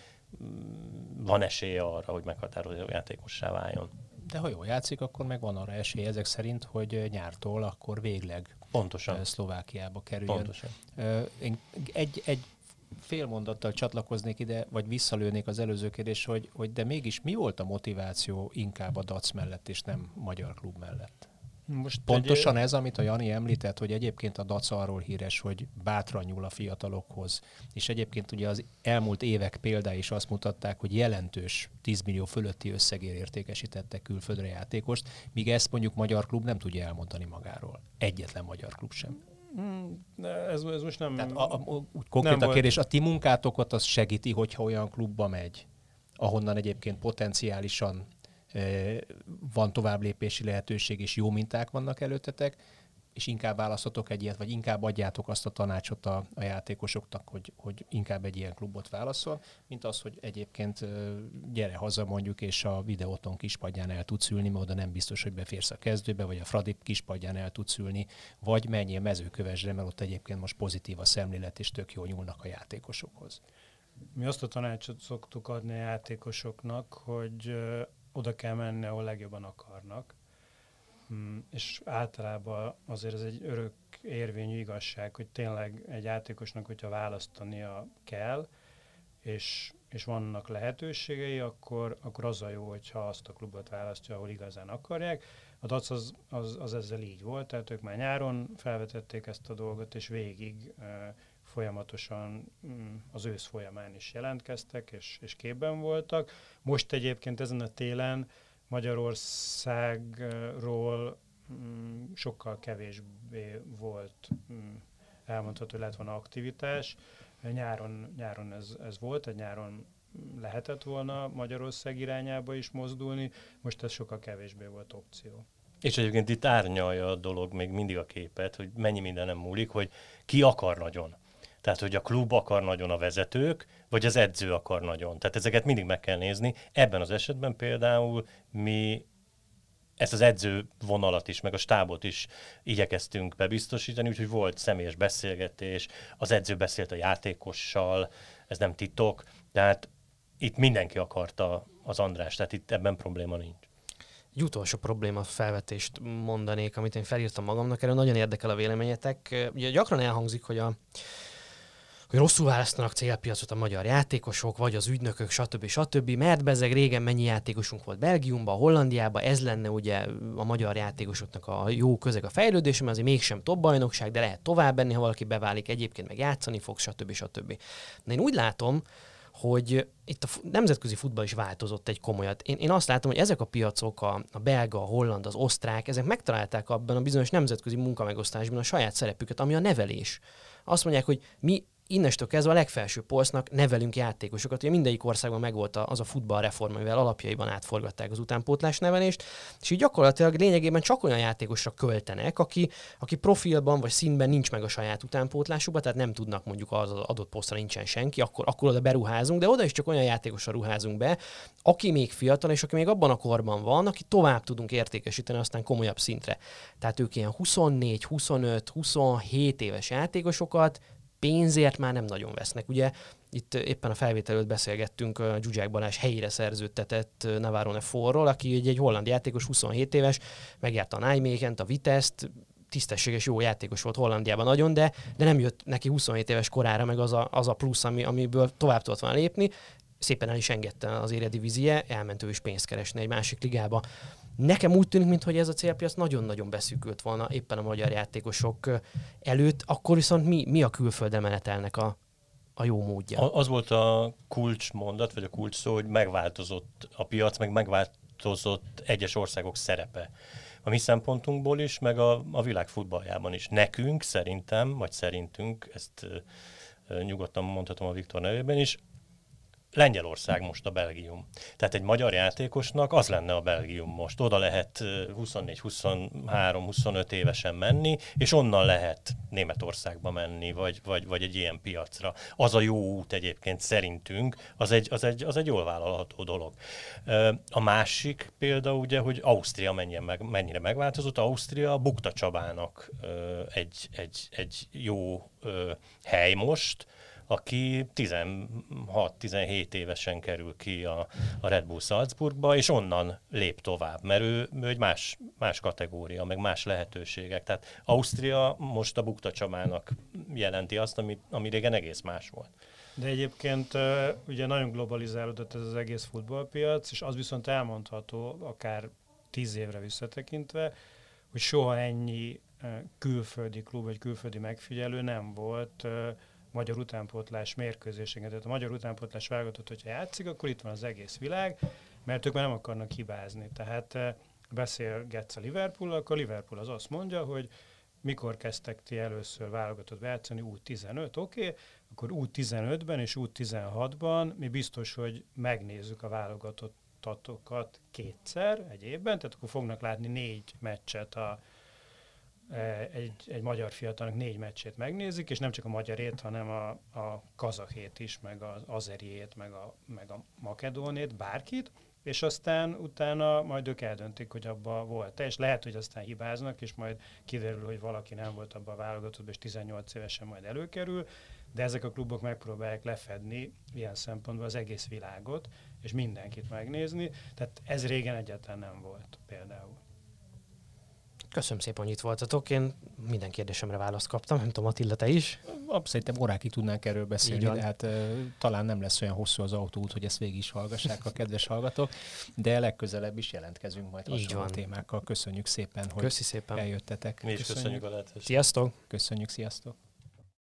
A: van esélye arra, hogy meghatározó játékossá váljon.
C: De ha jól játszik, akkor meg van arra esély ezek szerint, hogy nyártól akkor végleg
A: Pontosan.
C: Szlovákiába kerüljön.
A: Pontosan.
C: Én egy, egy fél mondattal csatlakoznék ide, vagy visszalőnék az előző kérdés, hogy, hogy de mégis mi volt a motiváció inkább a dac mellett, és nem magyar klub mellett? Most pontosan egy... ez, amit a Jani említett, hogy egyébként a dac arról híres, hogy bátran nyúl a fiatalokhoz, és egyébként ugye az elmúlt évek példái is azt mutatták, hogy jelentős tíz millió fölötti összegért értékesítettek külföldre játékost, míg ezt mondjuk magyar klub nem tudja elmondani magáról. Egyetlen magyar klub sem.
D: Hmm, ez, ez most nem...
C: Tehát a, a, úgy konkrét nem a kérdés, volt. A ti munkátokat az segíti, hogyha olyan klubba megy, ahonnan egyébként potenciálisan e, van továbblépési lehetőség, és jó minták vannak előttetek, és inkább választotok egy ilyet, vagy inkább adjátok azt a tanácsot a, a játékosoknak, hogy, hogy inkább egy ilyen klubot válaszol, mint az, hogy egyébként gyere haza mondjuk, és a Videóton kispadján el tudsz ülni, mert oda nem biztos, hogy beférsz a kezdőbe, vagy a Fradi kispadján el tudsz ülni, vagy menjél Mezőkövesdre, mert ott egyébként most pozitív a szemlélet, és tök jól nyúlnak a játékosokhoz.
D: Mi azt a tanácsot szoktuk adni a játékosoknak, hogy ö, oda kell menni, ahol legjobban akarnak. És általában azért ez egy örök érvényű igazság, hogy tényleg egy játékosnak, hogyha választania kell, és, és vannak lehetőségei, akkor, akkor az a jó, hogyha azt a klubot választja, ahol igazán akarják. A dac az, az, az ezzel így volt, tehát ők már nyáron felvetették ezt a dolgot, és végig e, folyamatosan az ősz folyamán is jelentkeztek, és, és képben voltak. Most egyébként ezen a télen Magyarországról mm, sokkal kevésbé volt mm, elmondható, hogy lett volna aktivitás. Nyáron, nyáron ez, ez volt, egy nyáron lehetett volna Magyarország irányába is mozdulni, most ez sokkal kevésbé volt opció.
A: És egyébként itt árnyalja a dolog még mindig a képet, hogy mennyi minden nem múlik, hogy ki akar nagyon. Tehát, hogy a klub akar nagyon, a vezetők, vagy az edző akar nagyon. Tehát ezeket mindig meg kell nézni. Ebben az esetben például mi ezt az edző vonalat is, meg a stábot is igyekeztünk bebiztosítani, úgyhogy volt személyes beszélgetés, az edző beszélt a játékossal, ez nem titok, tehát itt mindenki akarta az András, tehát itt ebben probléma nincs.
B: Egy utolsó probléma felvetést mondanék, amit én felírtam magamnak, erről nagyon érdekel a véleményetek. Ugye gyakran elhangzik, hogy a hogy rosszul választanak célpiacot a magyar játékosok, vagy az ügynökök, stb. stb. Mert bezeg régen mennyi játékosunk volt Belgiumban, Hollandiában, ez lenne ugye a magyar játékosoknak a jó közeg a fejlődés, mert azért mégsem top bajnokság, de lehet tovább menni, ha valaki beválik, egyébként meg játszani fog, stb. stb. De én úgy látom, hogy itt a nemzetközi futball is változott egy komolyat. Én, én azt látom, hogy ezek a piacok, a, a belga, a holland, az osztrák, ezek megtalálták abban a bizonyos nemzetközi munkamegosztásban a saját szerepüket, ami a nevelés. Azt mondják, hogy mi innestől kezdve a legfelső polcnak nevelünk játékosokat. Ugye mindegyik országban megvolt az a futballreform, amivel alapjaiban átforgatták az utánpótlás nevelést, és így gyakorlatilag lényegében csak olyan játékosra költenek, aki, aki profilban vagy színben nincs meg a saját utánpótlásukban, tehát nem tudnak mondjuk az adott posztra nincsen senki, akkor, akkor oda beruházunk, de oda is csak olyan játékosra ruházunk be, aki még fiatal, és aki még abban a korban van, aki tovább tudunk értékesíteni aztán komolyabb szintre. Tehát ők ilyen huszonnégy, huszonöt, huszonhét éves játékosokat pénzért már nem nagyon vesznek. Ugye itt éppen a felvétel előtt beszélgettünk Zsuzsák Balázs helyére szerződtetett Navarone Forról, aki egy, egy holland játékos, huszonhét éves, megjárta a Nijmegen, a Vitesse-t, tisztességes, jó játékos volt Hollandiában nagyon, de, de nem jött neki huszonhét éves korára meg az a, az a plusz, ami, amiből tovább tudott volna lépni. Szépen el is engedte az Eredivisie, elment ő is pénzt keresni egy másik ligába. Nekem úgy tűnik, mintha ez a célpiac nagyon-nagyon beszűkült volna éppen a magyar játékosok előtt, akkor viszont mi, mi a külföldre menetelnek a, a jó módja?
A: Az volt a kulcsmondat, vagy a kulcs szó, hogy megváltozott a piac, meg megváltozott egyes országok szerepe. A mi szempontunkból is, meg a, a világ futballjában is. Nekünk szerintem, vagy szerintünk, ezt e, nyugodtan mondhatom a Viktor nevében is, Lengyelország most a Belgium. Tehát egy magyar játékosnak az lenne a Belgium most. Oda lehet huszonnégy, huszonhárom, huszonöt évesen menni, és onnan lehet Németországba menni, vagy, vagy, vagy egy ilyen piacra. Az a jó út egyébként szerintünk, az egy, az egy, az egy jól vállalható dolog. A másik példa ugye, hogy Ausztria mennyire, meg, mennyire megváltozott. Ausztria Bukta Csabának egy, egy, egy jó hely most, aki tizenhat-tizenhét évesen kerül ki a, a Red Bull Salzburgba, és onnan lép tovább, mert ő, ő egy más, más kategória, meg más lehetőségek. Tehát Ausztria most a Bukta Csabának jelenti azt, ami, ami régen egész más volt.
D: De egyébként ugye nagyon globalizálódott ez az egész futballpiac, és az viszont elmondható, akár tíz évre visszatekintve, hogy soha ennyi külföldi klub vagy külföldi megfigyelő nem volt magyar utánpótlás mérkőzéseket. Tehát a magyar utánpótlás válogatott, hogyha játszik, akkor itt van az egész világ, mert ők már nem akarnak hibázni. Tehát beszélgetsz a Liverpool, akkor Liverpool az azt mondja, hogy mikor kezdtek ti először válogatott játszani, U tizenöt, oké, okay, akkor U tizenötben és U tizenhatban mi biztos, hogy megnézzük a válogatottatokat kétszer egy évben, tehát akkor fognak látni négy meccset a Egy, egy magyar fiatalnak négy meccsét megnézik, és nem csak a magyarét, hanem a, a kazahét is, meg az azeriét, meg a, meg a makedónét, bárkit, és aztán utána majd ők eldöntik, hogy abba volt-e, és lehet, hogy aztán hibáznak, és majd kiderül, hogy valaki nem volt abban a válogatottban, és tizennyolc évesen majd előkerül, de ezek a klubok megpróbálják lefedni ilyen szempontból az egész világot, és mindenkit megnézni, tehát ez régen egyáltalán nem volt például.
B: Köszönöm szépen, hogy itt voltatok. Én minden kérdésemre választ kaptam, nem tudom, Attila, te is?
C: Szerintem órákig tudnánk erről beszélni, de hát uh, talán nem lesz olyan hosszú az autóút, hogy ezt végig is hallgassák a kedves hallgatók, de legközelebb is jelentkezünk majd hasonló témákkal. Köszönjük szépen, hogy
B: Köszi szépen.
C: eljöttetek.
A: Mi is köszönjük, köszönjük a lehetőséget.
B: Sziasztok!
C: Köszönjük, sziasztok!